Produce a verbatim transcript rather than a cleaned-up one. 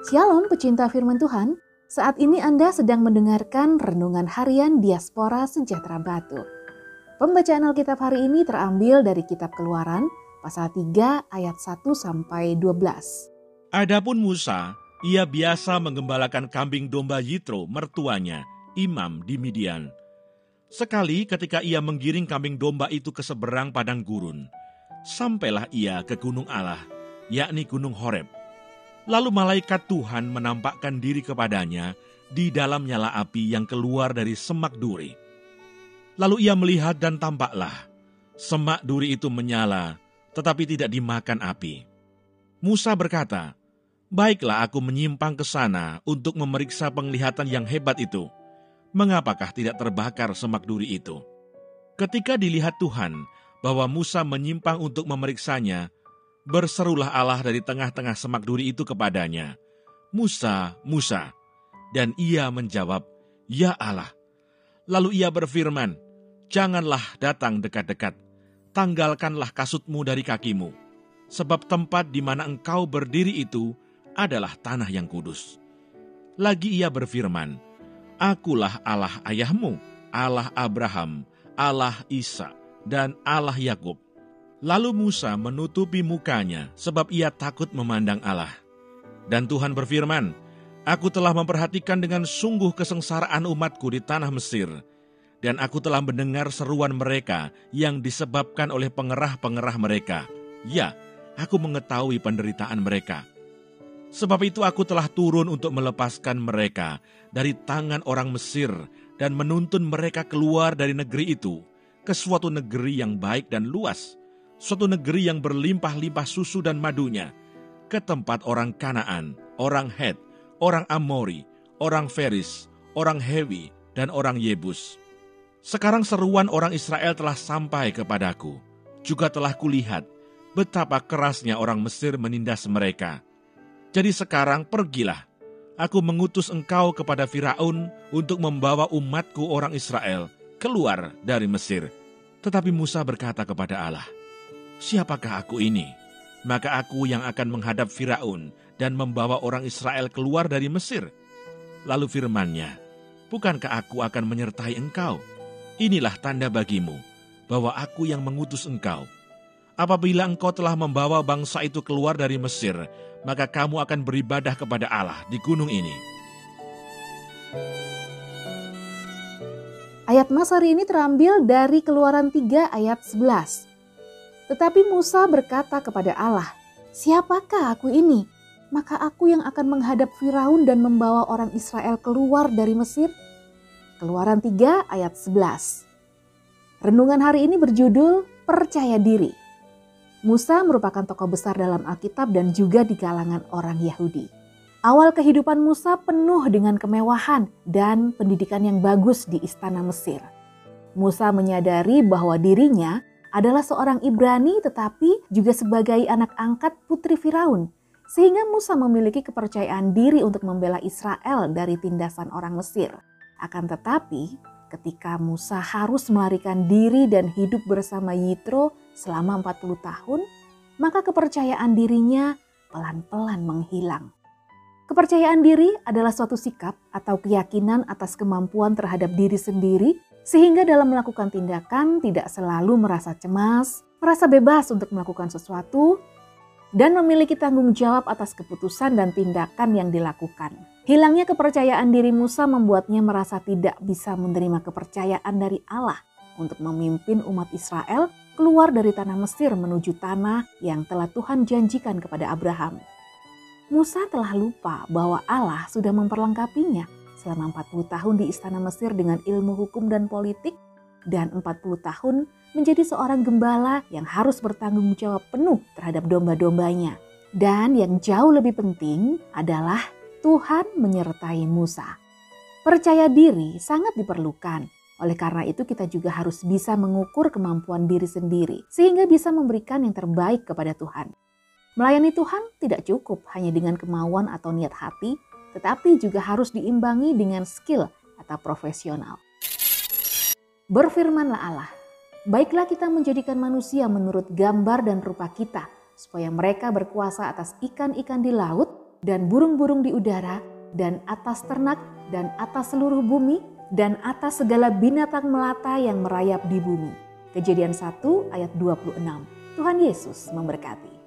Shalom pecinta firman Tuhan, saat ini Anda sedang mendengarkan Renungan Harian Diaspora Sejahtera Batu. Pembacaan Alkitab hari ini terambil dari kitab Keluaran, pasal tiga ayat satu sampai dua belas. Adapun Musa, ia biasa menggembalakan kambing domba Yitro, mertuanya, imam di Midian. Sekali ketika ia menggiring kambing domba itu ke seberang padang gurun, sampailah ia ke gunung Allah, yakni gunung Horeb. Lalu malaikat Tuhan menampakkan diri kepadanya di dalam nyala api yang keluar dari semak duri. Lalu ia melihat dan tampaklah semak duri itu menyala, tetapi tidak dimakan api. Musa berkata, "Baiklah aku menyimpang ke sana untuk memeriksa penglihatan yang hebat itu. Mengapakah tidak terbakar semak duri itu?" Ketika dilihat Tuhan bahwa Musa menyimpang untuk memeriksanya, berserulah Allah dari tengah-tengah semak duri itu kepadanya, "Musa, Musa." Dan ia menjawab, "Ya Allah." Lalu ia berfirman, "Janganlah datang dekat-dekat, tanggalkanlah kasutmu dari kakimu, sebab tempat di mana engkau berdiri itu adalah tanah yang kudus." Lagi ia berfirman, "Akulah Allah ayahmu, Allah Abraham, Allah Ishak, dan Allah Yakub." Lalu Musa menutupi mukanya sebab ia takut memandang Allah. Dan Tuhan berfirman, "Aku telah memperhatikan dengan sungguh kesengsaraan umatku di tanah Mesir, dan aku telah mendengar seruan mereka yang disebabkan oleh pengerah-pengerah mereka. Ya, aku mengetahui penderitaan mereka. Sebab itu aku telah turun untuk melepaskan mereka dari tangan orang Mesir dan menuntun mereka keluar dari negeri itu ke suatu negeri yang baik dan luas, suatu negeri yang berlimpah-limpah susu dan madunya, ke tempat orang Kanaan, orang Het, orang Amori, orang Feris, orang Hewi, dan orang Yebus. Sekarang seruan orang Israel telah sampai kepadaku. Juga telah kulihat betapa kerasnya orang Mesir menindas mereka. Jadi sekarang pergilah, aku mengutus engkau kepada Firaun untuk membawa umatku orang Israel keluar dari Mesir." Tetapi Musa berkata kepada Allah, "Siapakah aku ini? Maka aku yang akan menghadap Firaun dan membawa orang Israel keluar dari Mesir." Lalu firman-Nya, "Bukankah aku akan menyertai engkau? Inilah tanda bagimu bahwa aku yang mengutus engkau. Apabila engkau telah membawa bangsa itu keluar dari Mesir, maka kamu akan beribadah kepada Allah di gunung ini." Ayat Mas hari ini terambil dari Keluaran tiga ayat sebelas. Tetapi Musa berkata kepada Allah, "Siapakah aku ini? Maka aku yang akan menghadap Firaun dan membawa orang Israel keluar dari Mesir." Keluaran tiga ayat sebelas. Renungan hari ini berjudul Percaya Diri. Musa merupakan tokoh besar dalam Alkitab dan juga di kalangan orang Yahudi. Awal kehidupan Musa penuh dengan kemewahan dan pendidikan yang bagus di istana Mesir. Musa menyadari bahwa dirinya adalah seorang Ibrani tetapi juga sebagai anak angkat putri Firaun. Sehingga Musa memiliki kepercayaan diri untuk membela Israel dari tindasan orang Mesir. Akan tetapi ketika Musa harus melarikan diri dan hidup bersama Yitro selama empat puluh tahun, maka kepercayaan dirinya pelan-pelan menghilang. Kepercayaan diri adalah suatu sikap atau keyakinan atas kemampuan terhadap diri sendiri, sehingga dalam melakukan tindakan tidak selalu merasa cemas, merasa bebas untuk melakukan sesuatu, dan memiliki tanggung jawab atas keputusan dan tindakan yang dilakukan. Hilangnya kepercayaan diri Musa membuatnya merasa tidak bisa menerima kepercayaan dari Allah untuk memimpin umat Israel keluar dari tanah Mesir menuju tanah yang telah Tuhan janjikan kepada Abraham. Musa telah lupa bahwa Allah sudah memperlengkapinya selama empat puluh tahun di istana Mesir dengan ilmu hukum dan politik, dan empat puluh tahun menjadi seorang gembala yang harus bertanggung jawab penuh terhadap domba-dombanya. Dan yang jauh lebih penting adalah Tuhan menyertai Musa. Percaya diri sangat diperlukan. Oleh karena itu kita juga harus bisa mengukur kemampuan diri sendiri sehingga bisa memberikan yang terbaik kepada Tuhan. Melayani Tuhan tidak cukup hanya dengan kemauan atau niat hati, tetapi juga harus diimbangi dengan skill atau profesional. Berfirmanlah Allah, "Baiklah kita menjadikan manusia menurut gambar dan rupa kita, supaya mereka berkuasa atas ikan-ikan di laut, dan burung-burung di udara, dan atas ternak, dan atas seluruh bumi, dan atas segala binatang melata yang merayap di bumi. Kejadian satu ayat dua puluh enam. Tuhan Yesus memberkati.